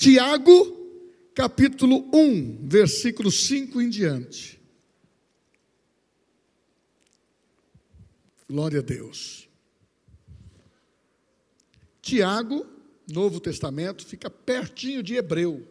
Tiago, capítulo 1, versículo 5 em diante. Glória a Deus. Tiago, Novo Testamento, fica pertinho de Hebreu.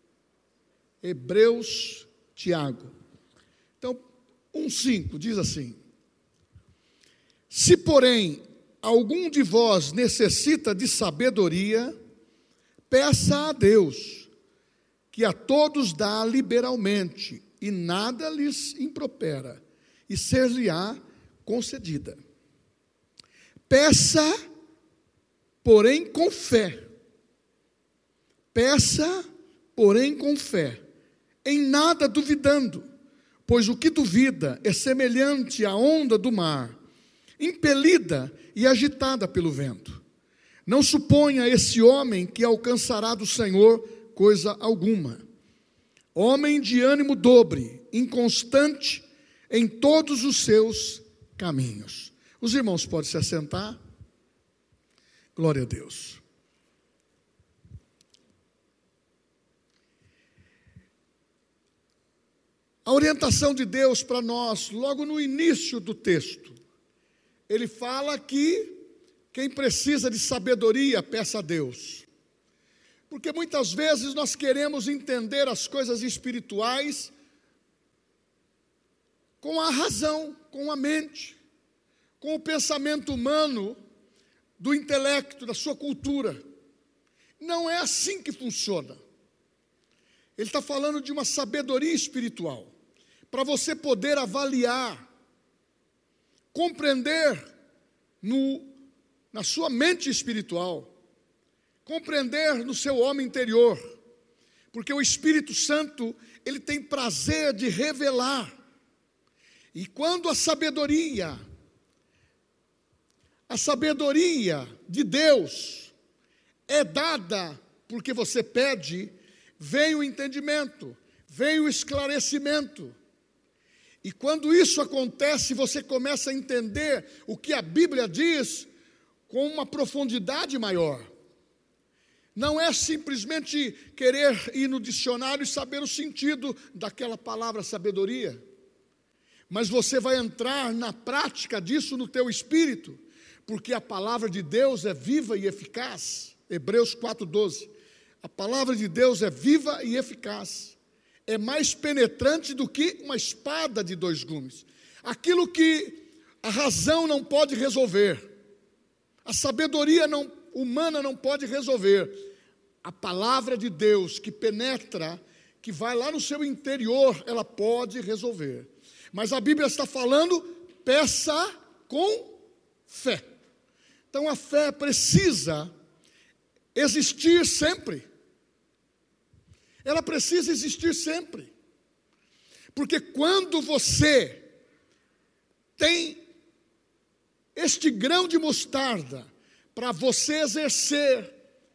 Hebreus, Tiago. Então, 1,5 diz assim: se, porém, algum de vós necessita de sabedoria, peça a Deus, que a todos dá liberalmente, e nada lhes impropera, e ser-lhe-á concedida. Peça, porém com fé. Peça, porém com fé, em nada duvidando, pois o que duvida é semelhante à onda do mar, impelida e agitada pelo vento. Não suponha esse homem que alcançará do Senhor coisa alguma. Homem de ânimo dobre, inconstante em todos os seus caminhos. Os irmãos podem se assentar. Glória a Deus. A orientação de Deus para nós, logo no início do texto, ele fala que quem precisa de sabedoria, peça a Deus. Porque muitas vezes nós queremos entender as coisas espirituais com a razão, com a mente, com o pensamento humano, do intelecto, da sua cultura. Não é assim que funciona. Ele está falando de uma sabedoria espiritual, para você poder avaliar, compreender na sua mente espiritual, compreender no seu homem interior, porque o Espírito Santo, ele tem prazer de revelar. E quando a sabedoria de Deus é dada porque você pede, vem o entendimento, vem o esclarecimento. E quando isso acontece, você começa a entender o que a Bíblia diz com uma profundidade maior. Não é simplesmente querer ir no dicionário e saber o sentido daquela palavra sabedoria, mas você vai entrar na prática disso no teu espírito, porque a palavra de Deus é viva e eficaz. Hebreus 4,12. A palavra de Deus é viva e eficaz. É mais penetrante do que uma espada de 2 gumes. Aquilo que a razão não pode resolver, a sabedoria humana não pode resolver, a palavra de Deus que penetra, que vai lá no seu interior, ela pode resolver. Mas a Bíblia está falando, peça com fé. Então a fé precisa existir sempre. Ela precisa existir sempre. Porque quando você tem este grão de mostarda para você exercer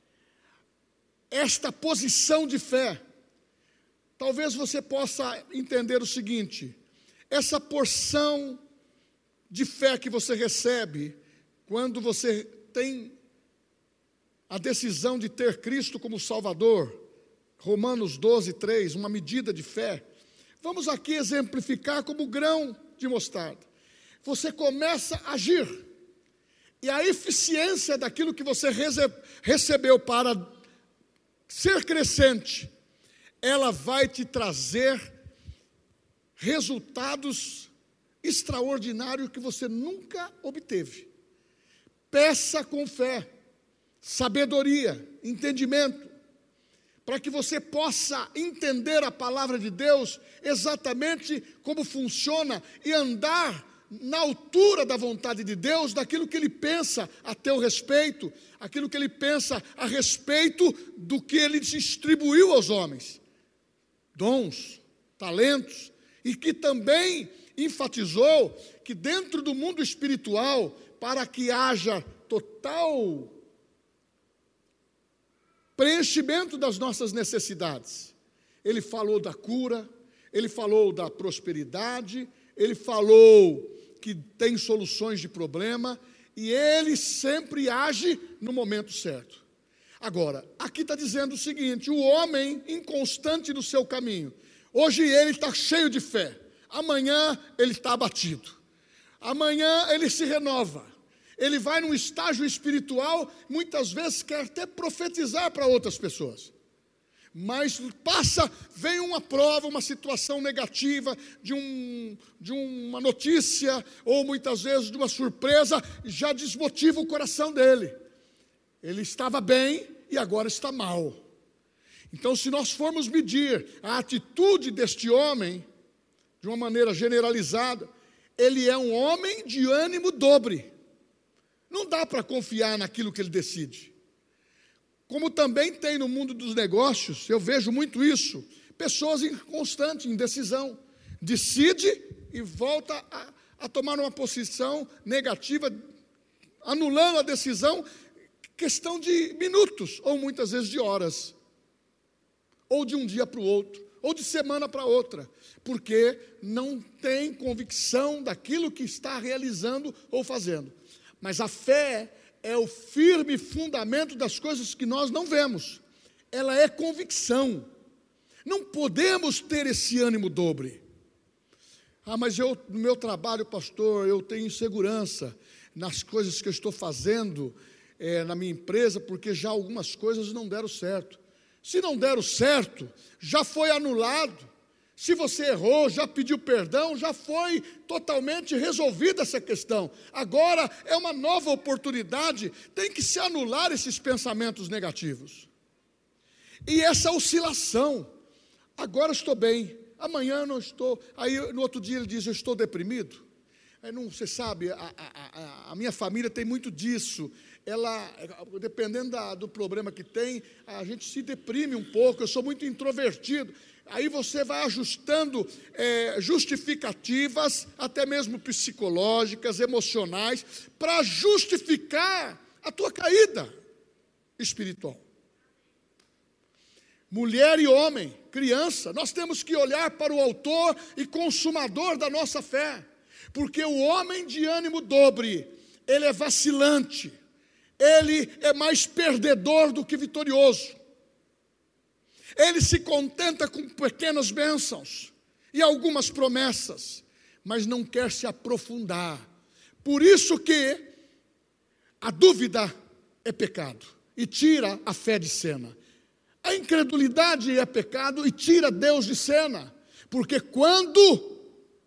esta posição de fé, talvez você possa entender o seguinte: essa porção de fé que você recebe quando você tem a decisão de ter Cristo como Salvador, Romanos 12:3, uma medida de fé. Vamos aqui exemplificar como grão de mostarda. Você começa a agir, e a eficiência daquilo que você recebeu para ser crescente, ela vai te trazer resultados extraordinários que você nunca obteve. Peça com fé, sabedoria, entendimento, para que você possa entender a palavra de Deus exatamente como funciona e andar na altura da vontade de Deus, daquilo que Ele pensa a teu respeito, aquilo que Ele pensa a respeito do que Ele distribuiu aos homens, dons, talentos, e que também enfatizou que dentro do mundo espiritual, para que haja total preenchimento das nossas necessidades, Ele falou da cura, Ele falou da prosperidade, Ele falou que tem soluções de problema, e Ele sempre age no momento certo. Agora, aqui está dizendo o seguinte: o homem inconstante no seu caminho, hoje ele está cheio de fé, amanhã ele está abatido, amanhã ele se renova, ele vai num estágio espiritual, muitas vezes quer até profetizar para outras pessoas, mas vem uma prova, uma situação negativa, de uma notícia, ou muitas vezes de uma surpresa, já desmotiva o coração dele. Ele estava bem e agora está mal. Então, se nós formos medir a atitude deste homem, de uma maneira generalizada, ele é um homem de ânimo dobre. Não dá para confiar naquilo que ele decide. Como também tem no mundo dos negócios, eu vejo muito isso, pessoas inconstantes, em decisão, decide e volta a tomar uma posição negativa, anulando a decisão, questão de minutos, ou muitas vezes de horas, ou de um dia para o outro, ou de semana para outra, porque não tem convicção daquilo que está realizando ou fazendo. Mas a fé é o firme fundamento das coisas que nós não vemos. Ela é convicção. Não podemos ter esse ânimo dobre. Mas no meu trabalho, pastor, eu tenho insegurança nas coisas que eu estou fazendo na minha empresa, porque já algumas coisas não deram certo. Se não deram certo, já foi anulado. Se você errou, já pediu perdão, já foi totalmente resolvida essa questão. Agora é uma nova oportunidade, tem que se anular esses pensamentos negativos. E essa oscilação, agora estou bem, amanhã não estou. Aí no outro dia ele diz, eu estou deprimido. Aí não, você sabe, a minha família tem muito disso. Ela, dependendo do problema que tem, a gente se deprime um pouco, eu sou muito introvertido. Aí você vai ajustando justificativas, até mesmo psicológicas, emocionais, para justificar a tua caída espiritual. Mulher e homem, criança, nós temos que olhar para o autor e consumador da nossa fé, porque o homem de ânimo dobre, ele é vacilante, ele é mais perdedor do que vitorioso. Ele se contenta com pequenas bênçãos e algumas promessas, mas não quer se aprofundar. Por isso que a dúvida é pecado e tira a fé de cena. A incredulidade é pecado e tira Deus de cena. Porque quando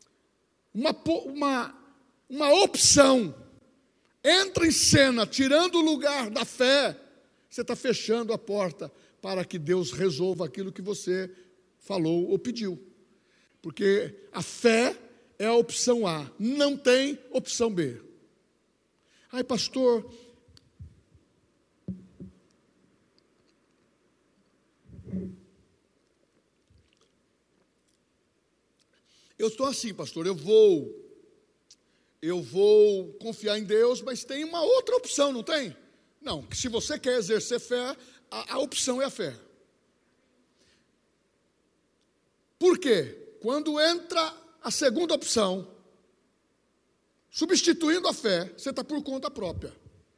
uma opção entra em cena, tirando o lugar da fé, você está fechando a porta para que Deus resolva aquilo que você falou ou pediu. Porque a fé é a opção A, não tem opção B. Ai, pastor, eu estou assim, pastor, eu vou confiar em Deus, mas tem uma outra opção, não tem? Não, que se você quer exercer fé, a opção é a fé. Por quê? Quando entra a segunda opção, substituindo a fé, você está por conta própria.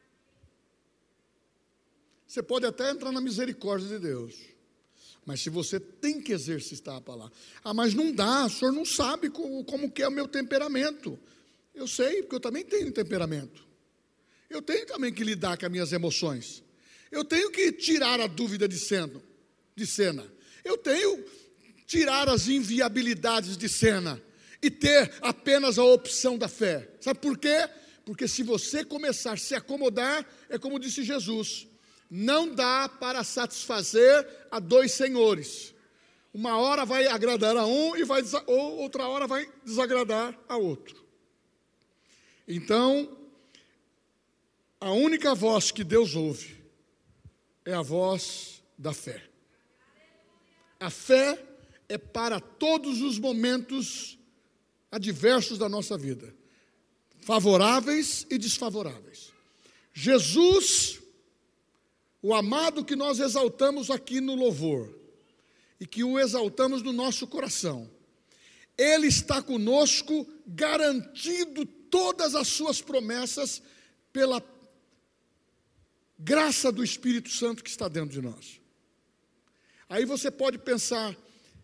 Você pode até entrar na misericórdia de Deus, mas se você tem que exercitar a palavra, mas não dá, o senhor não sabe como que é o meu temperamento. Eu sei, porque eu também tenho temperamento. Eu tenho também que lidar com as minhas emoções. Eu tenho que tirar a dúvida de cena. Eu tenho tirar as inviabilidades de cena e ter apenas a opção da fé. Sabe por quê? Porque se você começar a se acomodar, é como disse Jesus, não dá para satisfazer a dois senhores. Uma hora vai agradar a um e outra hora vai desagradar a outro. Então, a única voz que Deus ouve é a voz da fé. A fé é para todos os momentos adversos da nossa vida, favoráveis e desfavoráveis. Jesus, o amado que nós exaltamos aqui no louvor, e que o exaltamos no nosso coração, Ele está conosco, garantindo todas as suas promessas graça do Espírito Santo que está dentro de nós. Aí você pode pensar,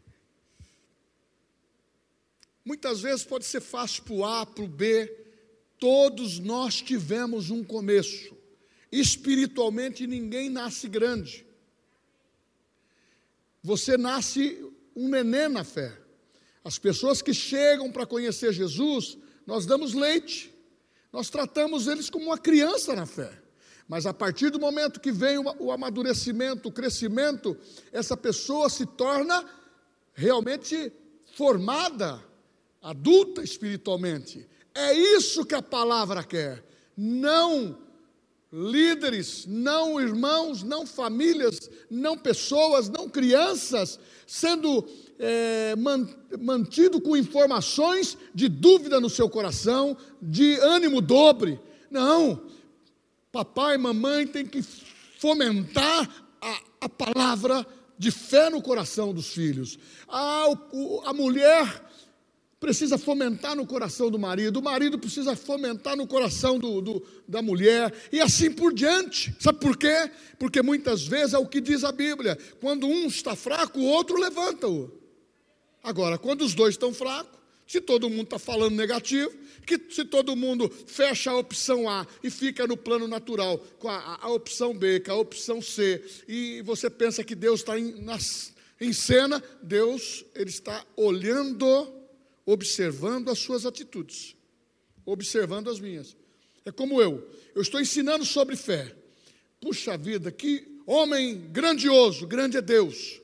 muitas vezes pode ser fácil para o A, para o B, todos nós tivemos um começo. Espiritualmente ninguém nasce grande. Você nasce um neném na fé. As pessoas que chegam para conhecer Jesus, nós damos leite, nós tratamos eles como uma criança na fé. Mas a partir do momento que vem o amadurecimento, o crescimento, essa pessoa se torna realmente formada, adulta espiritualmente. É isso que a palavra quer. Não líderes, não irmãos, não famílias, não pessoas, não crianças, sendo mantido com informações de dúvida no seu coração, de ânimo dobre. Não. Papai e mamãe têm que fomentar a palavra de fé no coração dos filhos. A mulher precisa fomentar no coração do marido, o marido precisa fomentar no coração da mulher, e assim por diante. Sabe por quê? Porque muitas vezes é o que diz a Bíblia: quando um está fraco, o outro levanta-o. Agora, quando os dois estão fracos, se todo mundo está falando negativo, se todo mundo fecha a opção A e fica no plano natural com a opção B, com a opção C, e você pensa que Deus está em cena, Deus, Ele está olhando, observando as suas atitudes, observando as minhas. É como eu estou ensinando sobre fé. Puxa vida, que homem grandioso, grande é Deus.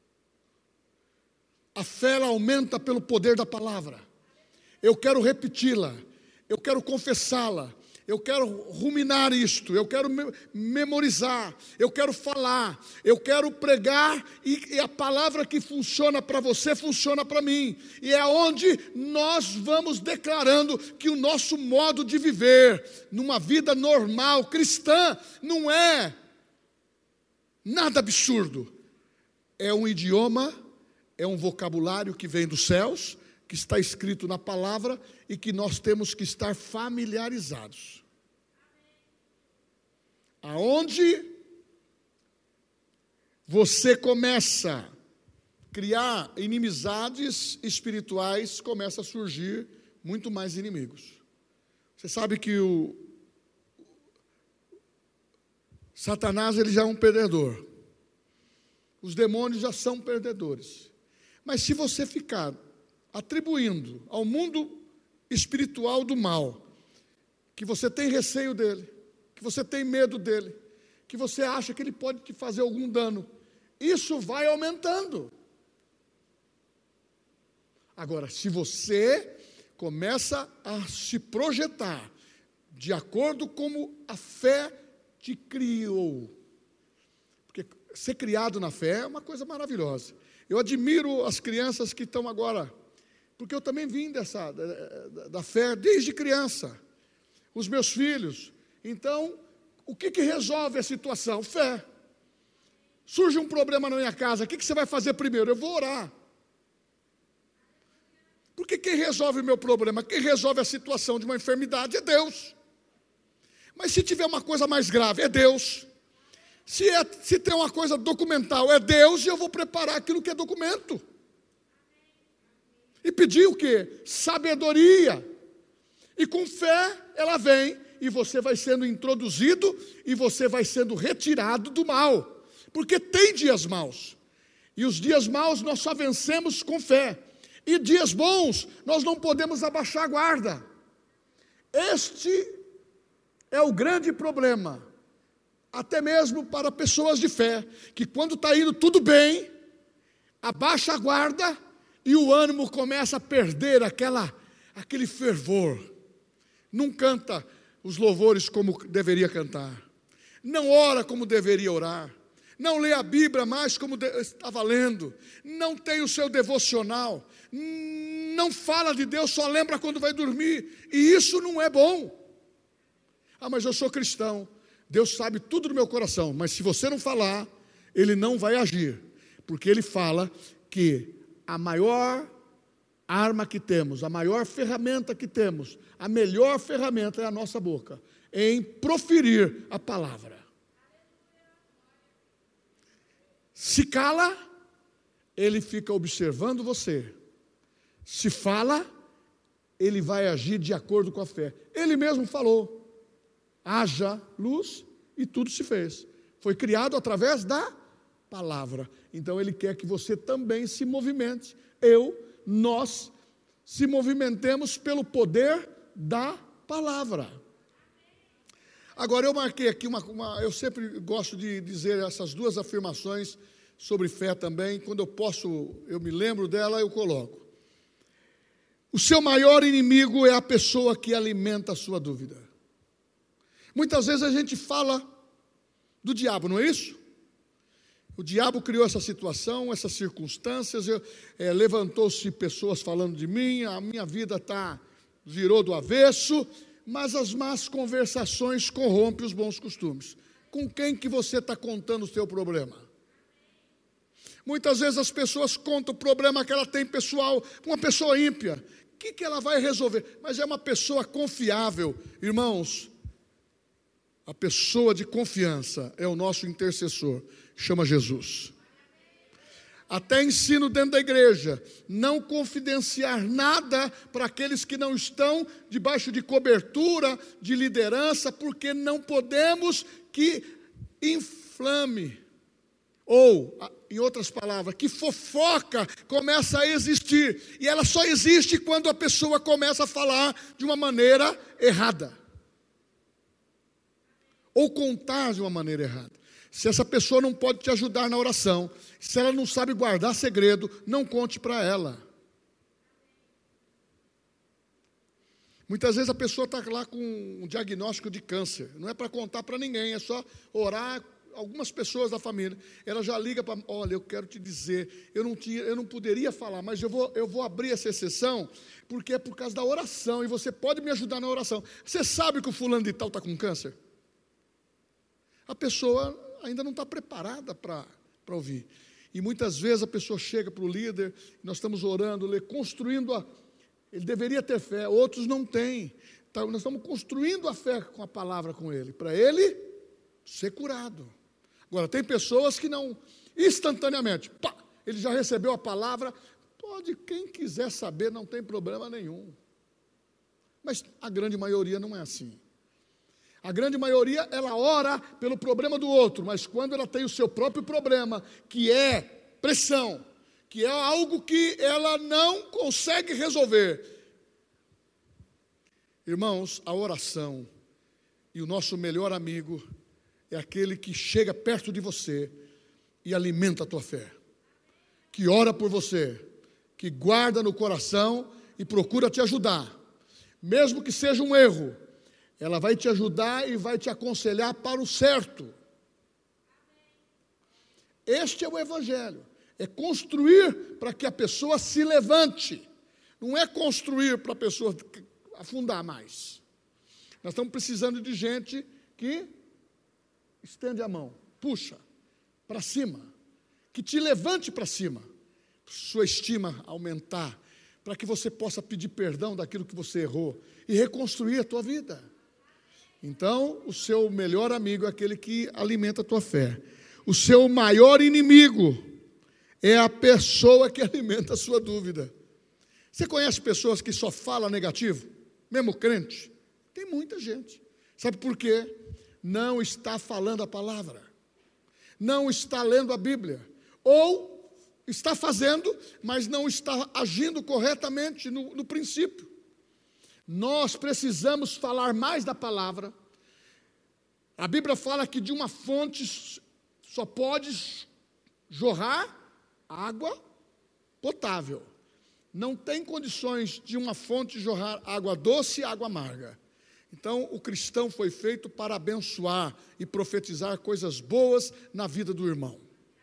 A fé ela aumenta pelo poder da palavra. Eu quero repeti-la, eu quero confessá-la, eu quero ruminar isto, eu quero memorizar, eu quero falar, eu quero pregar, e a palavra que funciona para você, funciona para mim, e é onde nós vamos declarando que o nosso modo de viver, numa vida normal, cristã, não é nada absurdo, é um idioma, é um vocabulário que vem dos céus, que está escrito na palavra e que nós temos que estar familiarizados. Aonde você começa a criar inimizades espirituais, começa a surgir muito mais inimigos. Você sabe que o Satanás ele já é um perdedor. Os demônios já são perdedores. Mas se você ficar atribuindo ao mundo espiritual do mal, que você tem receio dele, que você tem medo dele, que você acha que ele pode te fazer algum dano, isso vai aumentando. Agora, se você começa a se projetar de acordo com como a fé te criou, porque ser criado na fé é uma coisa maravilhosa. Eu admiro as crianças que estão agora, porque eu também vim da fé desde criança, os meus filhos. Então, o que resolve a situação? Fé. Surge um problema na minha casa, o que você vai fazer primeiro? Eu vou orar. Porque quem resolve o meu problema, quem resolve a situação de uma enfermidade é Deus. Mas se tiver uma coisa mais grave, é Deus. Se tem uma coisa documental, é Deus, e eu vou preparar aquilo que é documento. E pedir o quê? Sabedoria. E com fé, ela vem, e você vai sendo introduzido, e você vai sendo retirado do mal. Porque tem dias maus. E os dias maus nós só vencemos com fé. E dias bons, nós não podemos abaixar a guarda. Este é o grande problema. Até mesmo para pessoas de fé, que quando está indo tudo bem, abaixa a guarda e o ânimo começa a perder aquele fervor. Não canta os louvores como deveria cantar, não ora como deveria orar, não lê a Bíblia mais como estava lendo, não tem o seu devocional, não fala de Deus, só lembra quando vai dormir, e isso não é bom. Mas eu sou cristão, Deus sabe tudo do meu coração, mas se você não falar, Ele não vai agir, porque Ele fala que a maior arma que temos, a maior ferramenta que temos, a melhor ferramenta é a nossa boca, em proferir a palavra. Se cala, ele fica observando você. Se fala, ele vai agir de acordo com a fé. Ele mesmo falou: haja luz e tudo se fez. Foi criado através da palavra. Então ele quer que você também se movimente. Nós se movimentemos pelo poder da palavra. Agora eu marquei aqui eu sempre gosto de dizer essas duas afirmações sobre fé também. Quando eu me lembro dela, eu coloco. O seu maior inimigo é a pessoa que alimenta a sua dúvida. Muitas vezes a gente fala do diabo, não é isso? O diabo criou essa situação, essas circunstâncias, levantou-se pessoas falando de mim, a minha vida virou do avesso, mas as más conversações corrompem os bons costumes. Com quem que você está contando o seu problema? Muitas vezes as pessoas contam o problema que ela tem pessoal com uma pessoa ímpia. O que ela vai resolver? Mas é uma pessoa confiável. Irmãos, a pessoa de confiança é o nosso intercessor, chama Jesus. Até ensino dentro da igreja, não confidenciar nada para aqueles que não estão debaixo de cobertura, de liderança, porque não podemos que inflame, ou, em outras palavras, que fofoca começa a existir, e ela só existe quando a pessoa começa a falar de uma maneira errada, ou contar de uma maneira errada. Se essa pessoa não pode te ajudar na oração, se ela não sabe guardar segredo, não conte para ela. Muitas vezes a pessoa está lá com um diagnóstico de câncer, não é para contar para ninguém, é só orar. Algumas pessoas da família, ela já liga para, olha, eu quero te dizer, eu não poderia falar, mas eu vou abrir essa exceção, porque é por causa da oração, e você pode me ajudar na oração. Você sabe que o fulano de tal está com câncer? A pessoa ainda não está preparada para ouvir. E muitas vezes a pessoa chega para o líder, nós estamos orando, construindo ele deveria ter fé, outros não têm. Então, nós estamos construindo a fé com a palavra com ele, para ele ser curado. Agora, tem pessoas que não, instantaneamente, ele já recebeu a palavra, quem quiser saber, não tem problema nenhum. Mas a grande maioria não é assim. A grande maioria, ela ora pelo problema do outro, mas quando ela tem o seu próprio problema, que é pressão, que é algo que ela não consegue resolver. Irmãos, a oração e o nosso melhor amigo é aquele que chega perto de você e alimenta a tua fé, que ora por você, que guarda no coração e procura te ajudar, mesmo que seja um erro. Ela vai te ajudar e vai te aconselhar para o certo. Este é o Evangelho. É construir para que a pessoa se levante. Não é construir para a pessoa afundar mais. Nós estamos precisando de gente que estende a mão, puxa para cima, que te levante para cima, sua estima aumentar, para que você possa pedir perdão daquilo que você errou e reconstruir a tua vida. Então, o seu melhor amigo é aquele que alimenta a tua fé. O seu maior inimigo é a pessoa que alimenta a sua dúvida. Você conhece pessoas que só falam negativo? Mesmo crente? Tem muita gente. Sabe por quê? Não está falando a palavra. Não está lendo a Bíblia. Ou está fazendo, mas não está agindo corretamente no princípio. Nós precisamos falar mais da palavra. A Bíblia fala que de uma fonte só pode jorrar água potável. Não tem condições de uma fonte jorrar água doce e água amarga. Então, o cristão foi feito para abençoar e profetizar coisas boas na vida do irmão.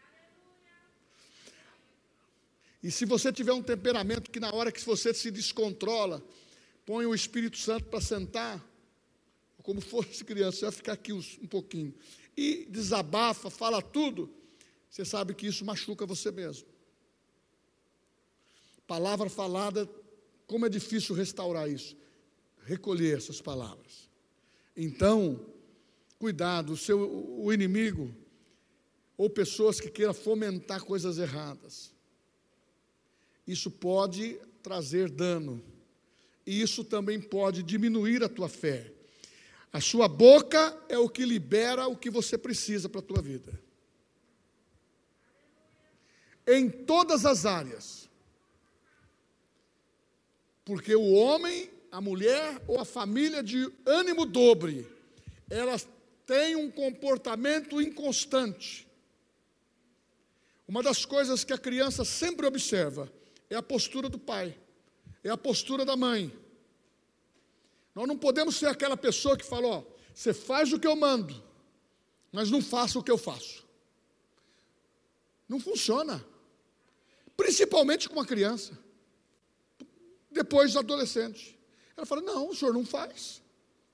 E se você tiver um temperamento que na hora que você se descontrola, põe o Espírito Santo para sentar, como fosse criança, você vai ficar aqui um pouquinho, e desabafa, fala tudo, você sabe que isso machuca você mesmo. Palavra falada, como é difícil restaurar isso, recolher essas palavras. Então, cuidado, o inimigo, ou pessoas que queiram fomentar coisas erradas. Isso pode trazer dano, e isso também pode diminuir a tua fé. A sua boca é o que libera o que você precisa para a tua vida. Em todas as áreas. Porque o homem, a mulher ou a família de ânimo dobre, elas têm um comportamento inconstante. Uma das coisas que a criança sempre observa é a postura do pai, é a postura da mãe. Nós não podemos ser aquela pessoa que fala, ó, você faz o que eu mando, mas não faça o que eu faço. Não funciona. Principalmente com uma criança. Depois adolescente. Ela fala, não, o senhor não faz.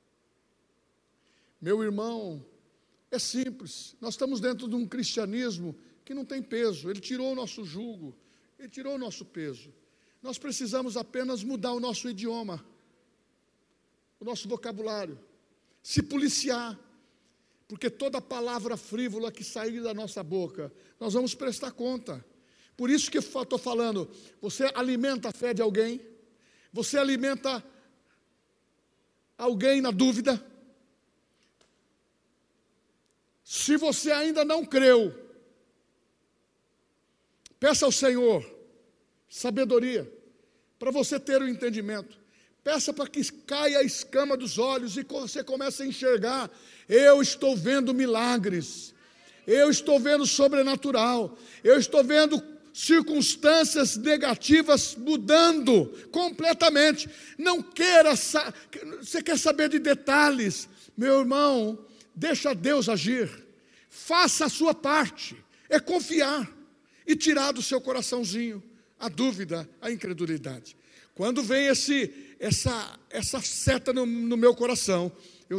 Meu irmão, é simples. Nós estamos dentro de um cristianismo que não tem peso. Ele tirou o nosso jugo, ele tirou o nosso peso. Nós precisamos apenas mudar o nosso idioma, o nosso vocabulário, se policiar, porque toda palavra frívola que sair da nossa boca, nós vamos prestar conta. Por isso que eu estou falando, você alimenta a fé de alguém, você alimenta alguém na dúvida. Se você ainda não creu, peça ao Senhor sabedoria, para você ter o entendimento. Peça para que caia a escama dos olhos e você comece a enxergar. Eu estou vendo milagres, eu estou vendo sobrenatural, eu estou vendo circunstâncias negativas mudando completamente. Não queira, você quer saber de detalhes, meu irmão, deixa Deus agir, faça a sua parte, é confiar e tirar do seu coraçãozinho a dúvida, a incredulidade. Quando vem essa seta no meu coração,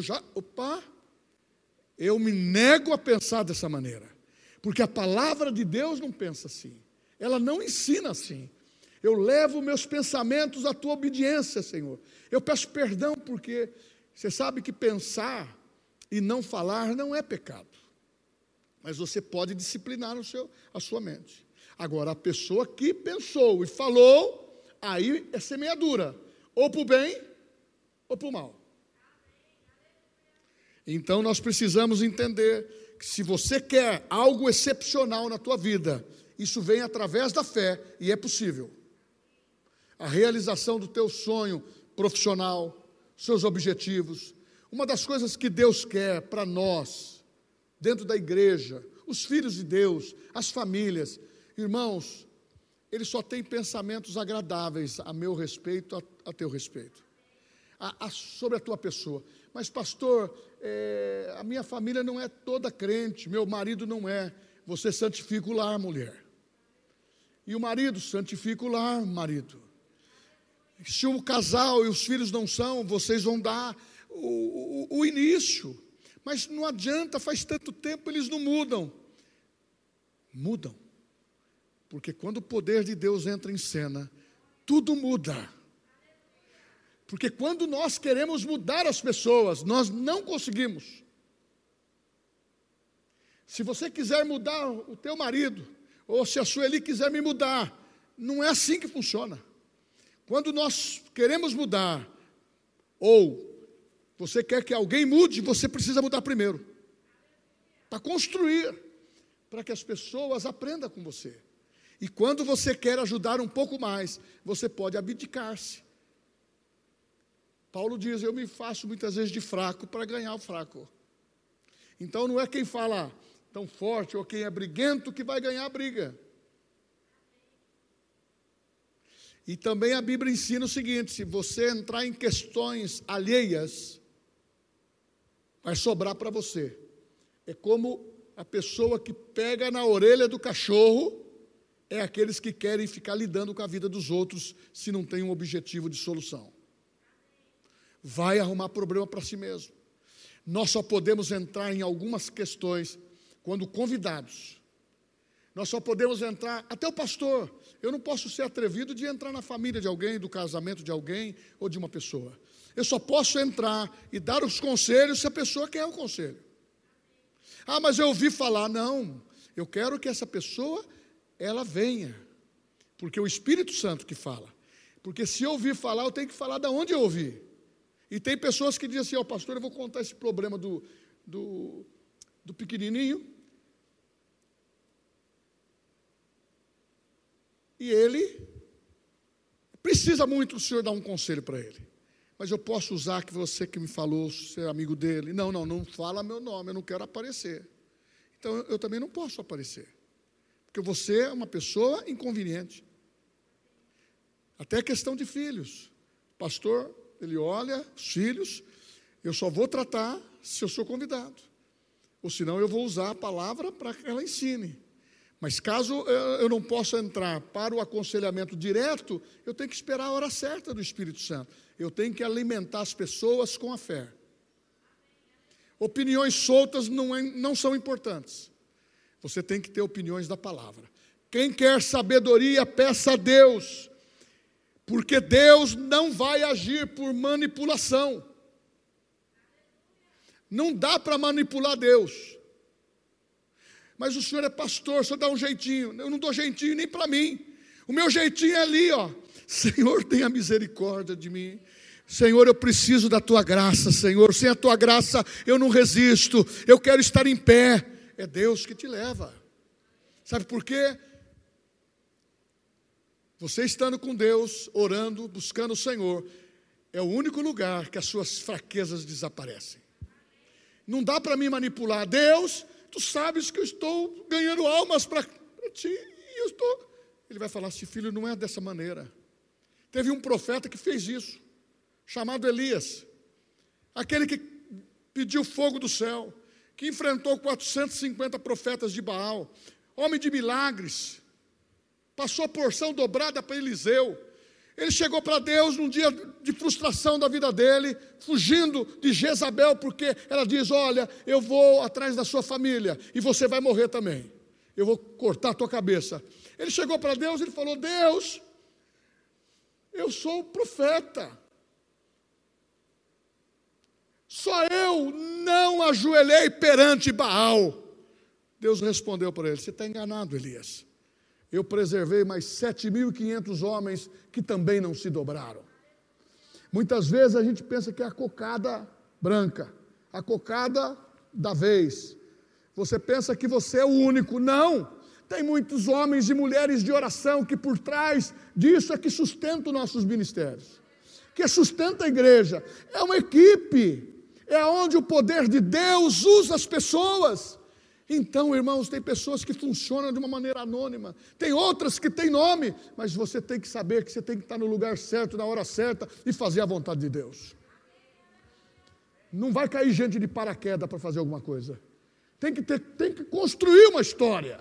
eu me nego a pensar dessa maneira, porque a palavra de Deus não pensa assim, ela não ensina assim. Eu levo meus pensamentos à tua obediência, Senhor. Eu peço perdão, porque você sabe que pensar e não falar não é pecado, mas você pode disciplinar a sua mente. Agora, a pessoa que pensou e falou, aí é semeadura, ou para o bem, ou para o mal. Então, nós precisamos entender que se você quer algo excepcional na tua vida, isso vem através da fé, e é possível. A realização do teu sonho profissional, seus objetivos. Uma das coisas que Deus quer para nós, dentro da igreja, os filhos de Deus, as famílias, irmãos, Ele só tem pensamentos agradáveis a meu respeito, a teu respeito, sobre a tua pessoa. Mas pastor, a minha família não é toda crente, meu marido não é. Você santifica o lar, mulher. E o marido, santifica o lar, marido. Se o casal e os filhos não são, vocês vão dar o início. Mas não adianta, faz tanto tempo, eles não mudam. Mudam. Porque quando o poder de Deus entra em cena, tudo muda. Porque quando nós queremos mudar as pessoas, nós não conseguimos. Se você quiser mudar o teu marido, ou se a Sueli quiser me mudar, não é assim que funciona. Quando nós queremos mudar, ou você quer que alguém mude, você precisa mudar primeiro. Para construir, para que as pessoas aprendam com você. E quando você quer ajudar um pouco mais, você pode abdicar-se. Paulo diz, eu me faço muitas vezes de fraco para ganhar o fraco. Então não é quem fala tão forte ou quem é briguento que vai ganhar a briga. E também a Bíblia ensina o seguinte, se você entrar em questões alheias, vai sobrar para você. É como a pessoa que pega na orelha do cachorro, é aqueles que querem ficar lidando com a vida dos outros, se não tem um objetivo de solução. Vai arrumar problema para si mesmo. Nós só podemos entrar em algumas questões quando convidados. Nós só podemos entrar, até o pastor, eu não posso ser atrevido de entrar na família de alguém, do casamento de alguém ou de uma pessoa. Eu só posso entrar e dar os conselhos se a pessoa quer o conselho. Ah, mas eu ouvi falar, não. Eu quero que essa pessoa, ela venha, porque é o Espírito Santo que fala. Porque se eu ouvir falar, eu tenho que falar de onde eu ouvi. E tem pessoas que dizem assim, pastor, eu vou contar esse problema do pequenininho. E ele precisa muito do senhor dar um conselho para ele. Mas eu posso usar que você que me falou, ser amigo dele. Não fala meu nome, eu não quero aparecer. Então eu também não posso aparecer. Porque você é uma pessoa inconveniente. Até questão de filhos. O pastor, ele olha os filhos, eu só vou tratar se eu sou convidado. Ou senão eu vou usar a palavra para que ela ensine. Mas caso eu não possa entrar para o aconselhamento direto, eu tenho que esperar a hora certa do Espírito Santo. Eu tenho que alimentar as pessoas com a fé. Opiniões soltas não são importantes. Você tem que ter opiniões da palavra. Quem quer sabedoria, peça a Deus. Porque Deus não vai agir por manipulação. Não dá para manipular Deus. Mas o senhor é pastor, o senhor dá um jeitinho. Eu não dou jeitinho nem para mim. O meu jeitinho é ali, Senhor, tenha misericórdia de mim. Senhor, eu preciso da tua graça, Senhor. Sem a tua graça eu não resisto. Eu quero estar em pé. É Deus que te leva. Sabe por quê? Você estando com Deus, orando, buscando o Senhor, é o único lugar que as suas fraquezas desaparecem. Não dá para mim manipular. Deus, tu sabes que eu estou ganhando almas para ti. E eu estou... Ele vai falar assim, filho, não é dessa maneira. Teve um profeta que fez isso, chamado Elias. Aquele que pediu fogo do céu, que enfrentou 450 profetas de Baal. Homem de milagres. Passou a porção dobrada para Eliseu. Ele chegou para Deus num dia de frustração da vida dele, fugindo de Jezabel, porque ela diz, olha, eu vou atrás da sua família, e você vai morrer também. Eu vou cortar a tua cabeça. Ele chegou para Deus e ele falou, Deus, eu sou o profeta. Só eu não ajoelhei perante Baal. Deus respondeu para ele, você está enganado, Elias. Eu preservei mais 7.500 homens que também não se dobraram. Muitas vezes a gente pensa que é a cocada branca, a cocada da vez. Você pensa que você é o único. Não! Tem muitos homens e mulheres de oração que por trás disso é que sustentam nossos ministérios, que sustenta a igreja. É uma equipe, é onde o poder de Deus usa as pessoas. Então, irmãos, tem pessoas que funcionam de uma maneira anônima, tem outras que têm nome, mas você tem que saber que você tem que estar no lugar certo, na hora certa e fazer a vontade de Deus. Não vai cair gente de paraquedas para fazer alguma coisa. Tem que construir uma história.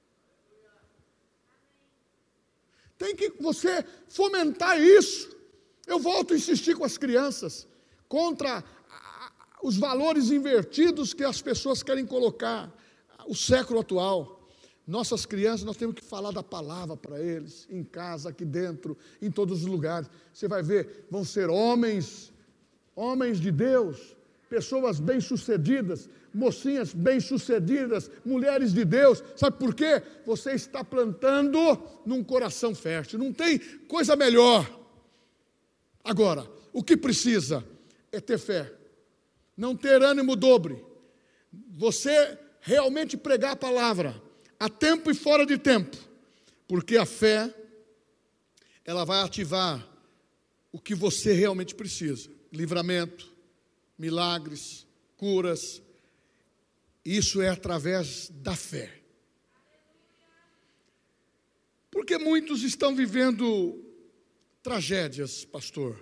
Tem que você fomentar isso. Eu volto a insistir com as crianças contra os valores invertidos que as pessoas querem colocar. O século atual, nossas crianças, nós temos que falar da palavra para eles, em casa, aqui dentro, em todos os lugares. Você vai ver, vão ser homens de Deus, pessoas bem-sucedidas, mocinhas bem-sucedidas, mulheres de Deus. Sabe por quê? Você está plantando num coração fértil, não tem coisa melhor. Agora, o que precisa é ter fé, não ter ânimo dobre. Você realmente pregar a palavra, a tempo e fora de tempo, porque a fé, ela vai ativar o que você realmente precisa, livramento, milagres, curas, isso é através da fé. Porque muitos estão vivendo tragédias, pastor.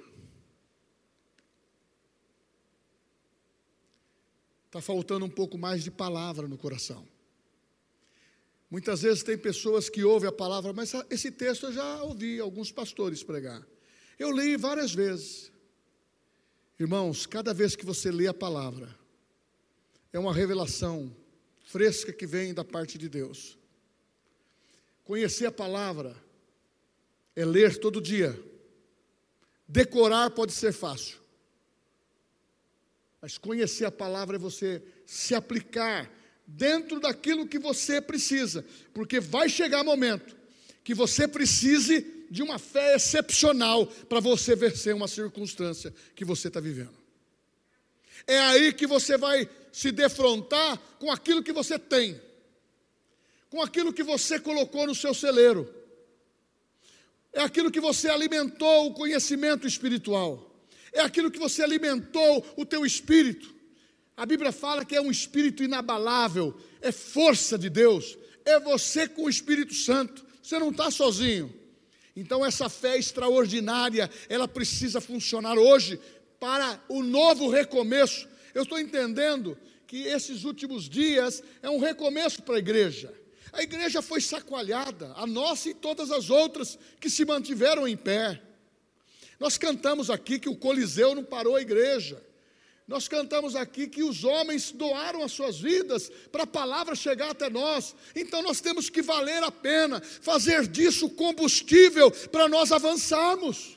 Está faltando um pouco mais de palavra no coração. Muitas vezes tem pessoas que ouvem a palavra, mas esse texto eu já ouvi alguns pastores pregar. Eu li várias vezes. Irmãos, cada vez que você lê a palavra, é uma revelação fresca que vem da parte de Deus. Conhecer a palavra é ler todo dia. Decorar pode ser fácil. Mas conhecer a palavra é você se aplicar dentro daquilo que você precisa, porque vai chegar momento que você precise de uma fé excepcional para você vencer uma circunstância que você está vivendo. É aí que você vai se defrontar com aquilo que você tem, com aquilo que você colocou no seu celeiro, é aquilo que você alimentou o conhecimento espiritual, é aquilo que você alimentou o teu espírito. A Bíblia fala que é um espírito inabalável, é força de Deus, é você com o Espírito Santo, você não está sozinho. Então essa fé extraordinária, ela precisa funcionar hoje para o novo recomeço. Eu estou entendendo que esses últimos dias é um recomeço para a igreja. A igreja foi sacoalhada, a nossa e todas as outras que se mantiveram em pé. Nós cantamos aqui que o Coliseu não parou a igreja. Nós cantamos aqui que os homens doaram as suas vidas para a palavra chegar até nós. Então nós temos que valer a pena fazer disso combustível para nós avançarmos.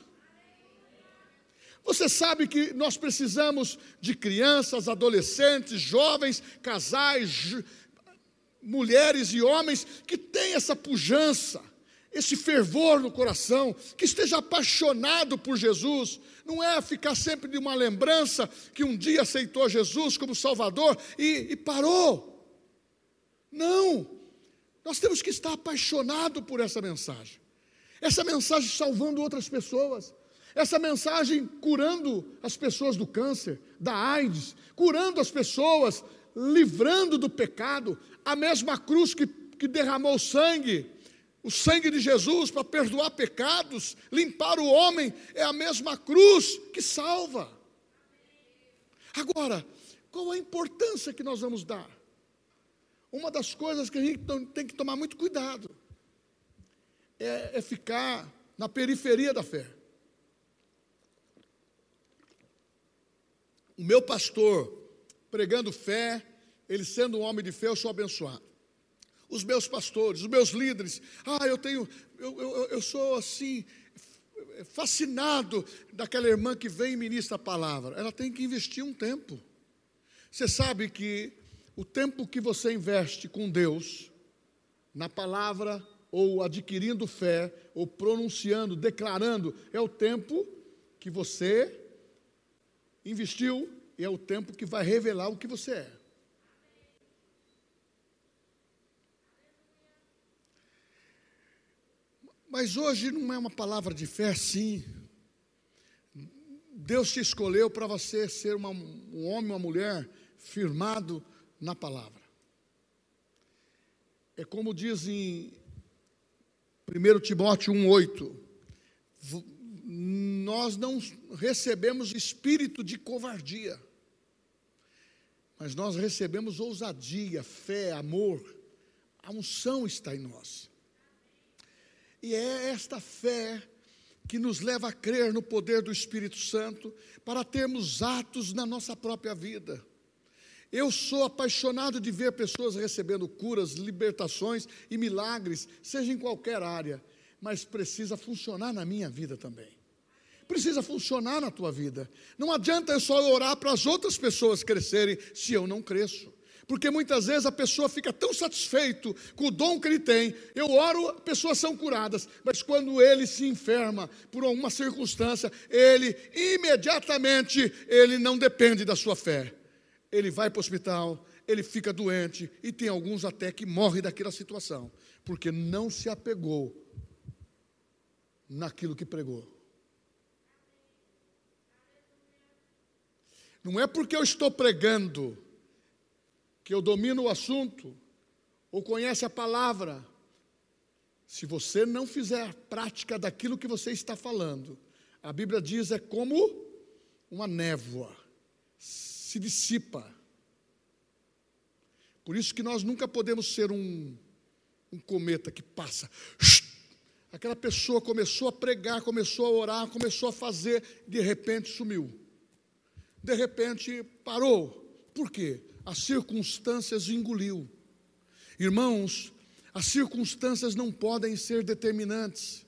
Você sabe que nós precisamos de crianças, adolescentes, jovens, casais, mulheres e homens que têm essa pujança, esse fervor no coração, que esteja apaixonado por Jesus. Não é ficar sempre de uma lembrança que um dia aceitou Jesus como Salvador e parou. Não, nós temos que estar apaixonados por essa mensagem salvando outras pessoas, essa mensagem curando as pessoas do câncer, da AIDS, curando as pessoas, livrando do pecado. A mesma cruz que derramou sangue, o sangue de Jesus para perdoar pecados, limpar o homem, é a mesma cruz que salva. Agora, qual a importância que nós vamos dar? Uma das coisas que a gente tem que tomar muito cuidado é ficar na periferia da fé. O meu pastor pregando fé, ele sendo um homem de fé, eu sou abençoado. Os meus pastores, os meus líderes, eu sou assim, fascinado daquela irmã que vem e ministra a palavra. Ela tem que investir um tempo. Você sabe que o tempo que você investe com Deus, na palavra, ou adquirindo fé, ou pronunciando, declarando, é o tempo que você investiu, e é o tempo que vai revelar o que você é. Mas hoje não é uma palavra de fé, sim. Deus te escolheu para você ser um homem, uma mulher firmado na palavra. É como diz em 1 Timóteo 1,8, nós não recebemos espírito de covardia, mas nós recebemos ousadia, fé, amor. A unção está em nós. E é esta fé que nos leva a crer no poder do Espírito Santo para termos atos na nossa própria vida. Eu sou apaixonado de ver pessoas recebendo curas, libertações e milagres, seja em qualquer área, mas precisa funcionar na minha vida também. Precisa funcionar na tua vida. Não adianta eu só orar para as outras pessoas crescerem se eu não cresço. Porque muitas vezes a pessoa fica tão satisfeito com o dom que ele tem. Eu oro, pessoas são curadas, mas quando ele se enferma por alguma circunstância, ele imediatamente, ele não depende da sua fé. Ele vai para o hospital, ele fica doente, e tem alguns até que morrem daquela situação, porque não se apegou naquilo que pregou. Não é porque eu estou pregando que eu domino o assunto, ou conhece a palavra. Se você não fizer prática daquilo que você está falando, a Bíblia diz, é como uma névoa, se dissipa. Por isso que nós nunca podemos ser um cometa que passa. Aquela pessoa começou a pregar, começou a orar, começou a fazer, de repente sumiu. De repente parou. Por quê? As circunstâncias engoliu. Irmãos, as circunstâncias não podem ser determinantes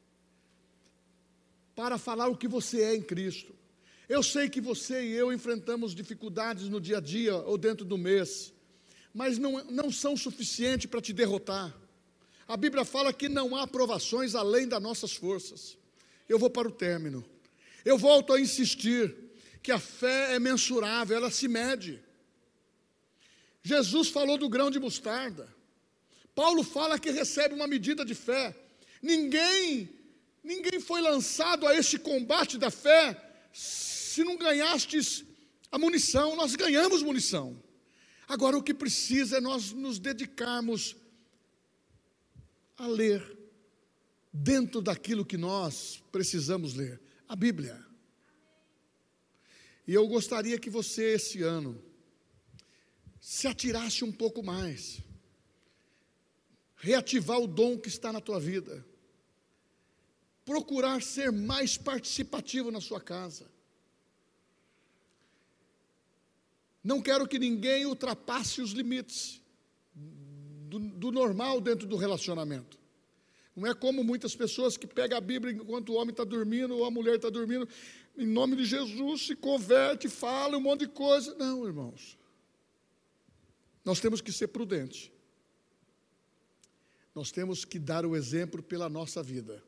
para falar o que você é em Cristo. Eu sei que você e eu enfrentamos dificuldades no dia a dia ou dentro do mês. mas não são suficientes para te derrotar. A Bíblia fala que não há provações além das nossas forças. Eu vou para o término. Eu volto a insistir que a fé é mensurável, ela se mede. Jesus falou do grão de mostarda. Paulo fala que recebe uma medida de fé. Ninguém foi lançado a este combate da fé se não ganhastes a munição. Nós ganhamos munição. Agora o que precisa é nós nos dedicarmos a ler dentro daquilo que nós precisamos ler, a Bíblia. E eu gostaria que você esse ano se atirasse um pouco mais, reativar o dom que está na tua vida, procurar ser mais participativo na sua casa. Não quero que ninguém ultrapasse os limites do normal dentro do relacionamento. Não é como muitas pessoas que pegam a Bíblia enquanto o homem está dormindo ou a mulher está dormindo, em nome de Jesus, se converte, fala um monte de coisa. Não, irmãos. Nós temos que ser prudentes. Nós temos que dar o exemplo pela nossa vida.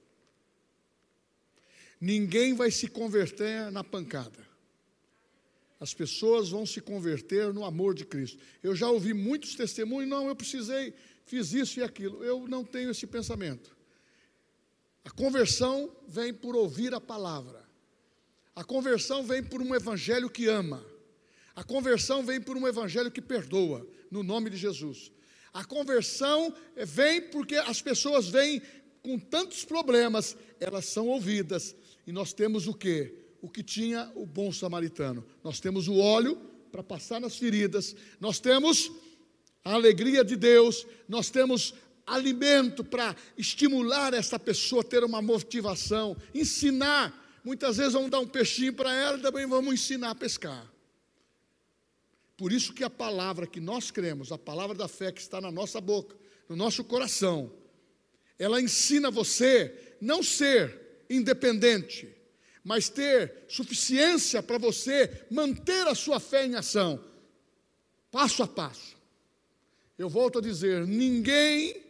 Ninguém vai se converter na pancada. As pessoas vão se converter no amor de Cristo. Eu já ouvi muitos testemunhos, não, eu precisei, fiz isso e aquilo. Eu não tenho esse pensamento. A conversão vem por ouvir a palavra. A conversão vem por um evangelho que ama. A conversão vem por um evangelho que perdoa, no nome de Jesus. A conversão vem porque as pessoas vêm com tantos problemas, elas são ouvidas. E nós temos o quê? O que tinha o bom samaritano. Nós temos o óleo para passar nas feridas, nós temos a alegria de Deus, nós temos alimento para estimular essa pessoa a ter uma motivação, ensinar. Muitas vezes vamos dar um peixinho para ela e também vamos ensinar a pescar. Por isso que a palavra que nós cremos, a palavra da fé que está na nossa boca, no nosso coração, ela ensina você não ser independente, mas ter suficiência para você manter a sua fé em ação, passo a passo. Eu volto a dizer, ninguém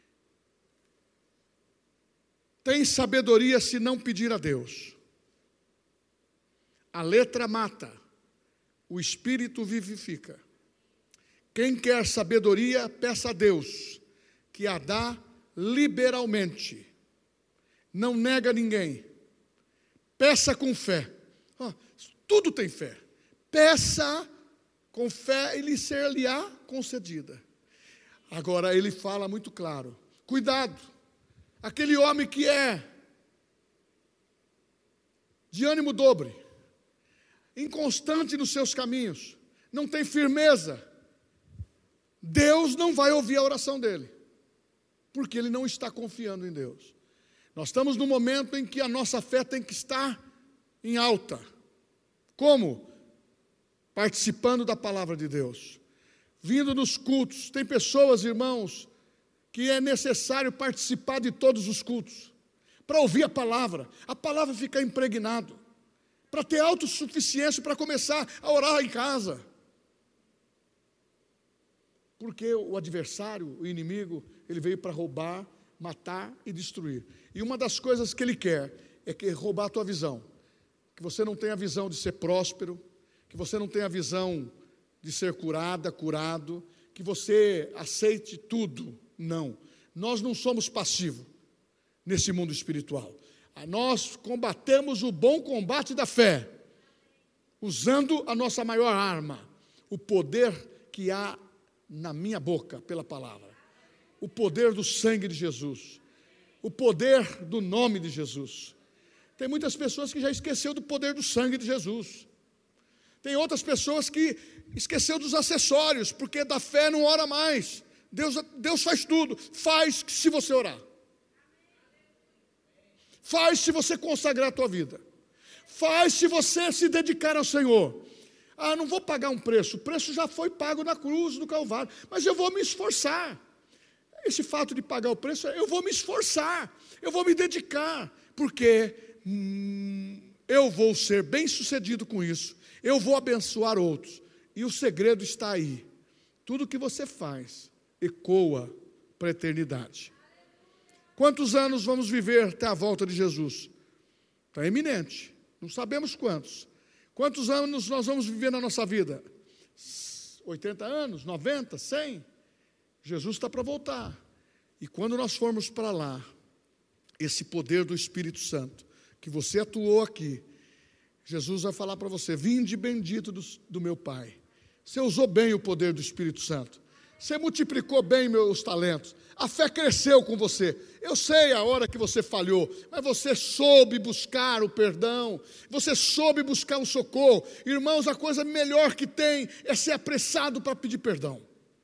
tem sabedoria se não pedir a Deus. A letra mata, o espírito vivifica. Quem quer sabedoria, peça a Deus, que a dá liberalmente. Não nega ninguém. Peça com fé. Tudo tem fé. Peça com fé e lhe ser-lhe-á concedida. Agora ele fala muito claro. Cuidado. Aquele homem que é de ânimo dobre, inconstante nos seus caminhos, não tem firmeza, Deus não vai ouvir a oração dele, porque ele não está confiando em Deus. Nós estamos num momento em que a nossa fé tem que estar em alta. Como? Participando da palavra de Deus, vindo nos cultos. Tem pessoas, irmãos, que é necessário participar de todos os cultos, para ouvir a palavra ficar impregnado, para ter autossuficiência, para começar a orar em casa. Porque o adversário, o inimigo, ele veio para roubar, matar e destruir. E uma das coisas que ele quer é roubar a tua visão. Que você não tenha a visão de ser próspero, que você não tenha a visão de ser curado, que você aceite tudo. Não, nós não somos passivos nesse mundo espiritual. Nós combatemos o bom combate da fé, usando a nossa maior arma, o poder que há na minha boca pela palavra, o poder do sangue de Jesus, o poder do nome de Jesus. Tem muitas pessoas que já esqueceu do poder do sangue de Jesus. Tem outras pessoas que esqueceu dos acessórios, porque da fé não ora mais. Deus faz tudo. Faz se você orar. Faz se você consagrar a tua vida. Faz se você se dedicar ao Senhor. Não vou pagar um preço. O preço já foi pago na cruz do Calvário. Mas eu vou me esforçar. Esse fato de pagar o preço, eu vou me esforçar. Eu vou me dedicar. Porque eu vou ser bem sucedido com isso. Eu vou abençoar outros. E o segredo está aí. Tudo que você faz ecoa para a eternidade. Quantos anos vamos viver até a volta de Jesus? Está iminente, não sabemos quantos. Quantos anos nós vamos viver na nossa vida? 80 anos, 90, 100? Jesus está para voltar. E quando nós formos para lá, esse poder do Espírito Santo, que você atuou aqui, Jesus vai falar para você: vinde bendito do meu Pai. Você usou bem o poder do Espírito Santo. Você multiplicou bem meus talentos. A fé cresceu com você. Eu sei a hora que você falhou, mas você soube buscar o perdão. Você soube buscar o socorro. Irmãos, a coisa melhor que tem é ser apressado para pedir perdão.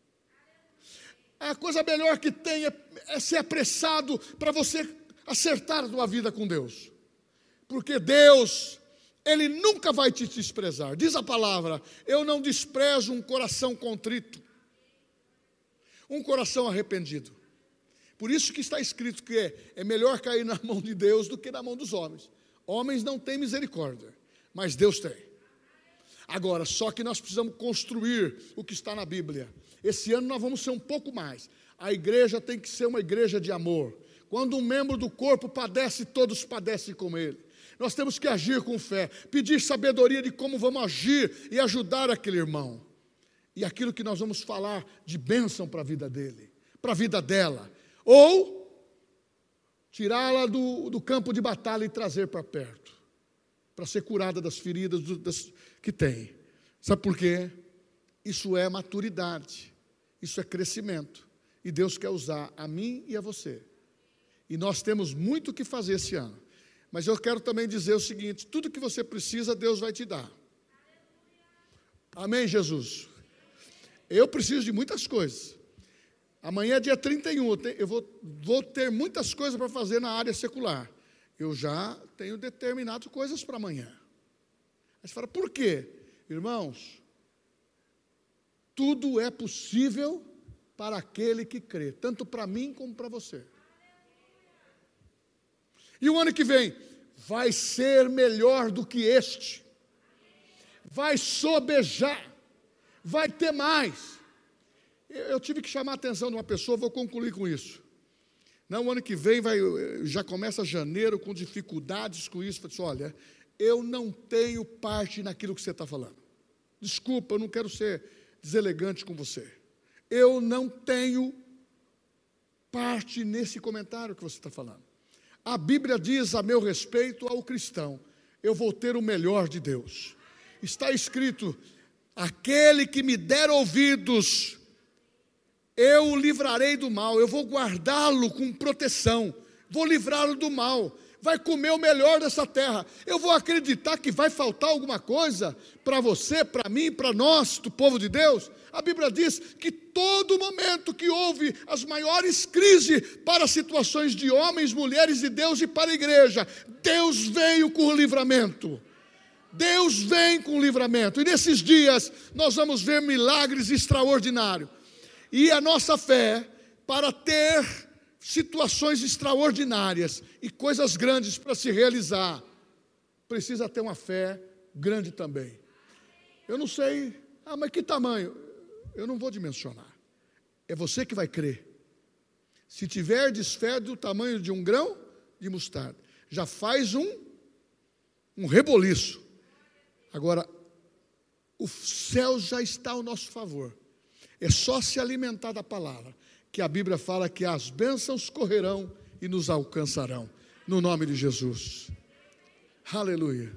A coisa melhor que tem é ser apressado para você acertar a sua vida com Deus. Porque Deus, Ele nunca vai te desprezar. Diz a palavra: eu não desprezo um coração contrito, um coração arrependido. Por isso que está escrito que é melhor cair na mão de Deus do que na mão dos homens. Homens não têm misericórdia, mas Deus tem. Agora, só que nós precisamos construir o que está na Bíblia. Esse ano nós vamos ser um pouco mais. A igreja tem que ser uma igreja de amor. Quando um membro do corpo padece, todos padecem com ele. Nós temos que agir com fé, pedir sabedoria de como vamos agir e ajudar aquele irmão. E aquilo que nós vamos falar de bênção para a vida dele, para a vida dela. Ou tirá-la do campo de batalha e trazer para perto, para ser curada das feridas que tem. Sabe por quê? Isso é maturidade, isso é crescimento. E Deus quer usar a mim e a você. E nós temos muito o que fazer esse ano. Mas eu quero também dizer o seguinte: tudo que você precisa, Deus vai te dar. Amém, Jesus? Eu preciso de muitas coisas. Amanhã é dia 31, eu vou ter muitas coisas para fazer na área secular. Eu já tenho determinado coisas para amanhã. Aí você fala: por quê? Irmãos, tudo é possível para aquele que crê, tanto para mim como para você. E o ano que vem vai ser melhor do que este. Vai sobejar. Vai ter mais. Eu tive que chamar a atenção de uma pessoa, vou concluir com isso. Não, o ano que vem já começa janeiro com dificuldades com isso. Eu disse: olha, eu não tenho parte naquilo que você está falando. Desculpa, eu não quero ser deselegante com você. Eu não tenho parte nesse comentário que você está falando. A Bíblia diz a meu respeito ao cristão: eu vou ter o melhor de Deus. Está escrito: aquele que me der ouvidos, eu o livrarei do mal. Eu vou guardá-lo com proteção, vou livrá-lo do mal. Vai comer o melhor dessa terra. Eu vou acreditar que vai faltar alguma coisa para você, para mim, para nós, do povo de Deus? A Bíblia diz que todo momento que houve as maiores crises para situações de homens, mulheres de Deus e para a igreja, Deus veio com o livramento. Deus vem com o livramento. E nesses dias nós vamos ver milagres extraordinários. E a nossa fé, para ter situações extraordinárias e coisas grandes para se realizar, precisa ter uma fé grande também. Eu não sei, mas que tamanho? Eu não vou dimensionar. É você que vai crer. Se tiverdes fé do tamanho de um grão de mostarda, já faz um reboliço. Agora, o céu já está ao nosso favor. É só se alimentar da palavra, que a Bíblia fala que as bênçãos correrão e nos alcançarão, no nome de Jesus. Aleluia.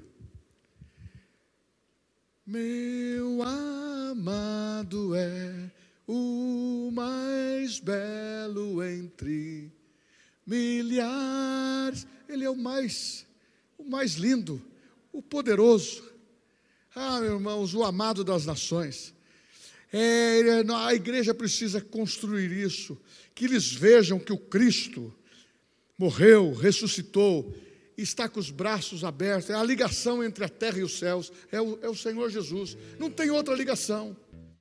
Meu amado é o mais belo entre milhares. Ele é o mais lindo, o poderoso. Meus irmãos, o amado das nações. A igreja precisa construir isso, que eles vejam que o Cristo morreu, ressuscitou, está com os braços abertos. É a ligação entre a terra e os céus, é o Senhor Jesus. Não tem outra ligação.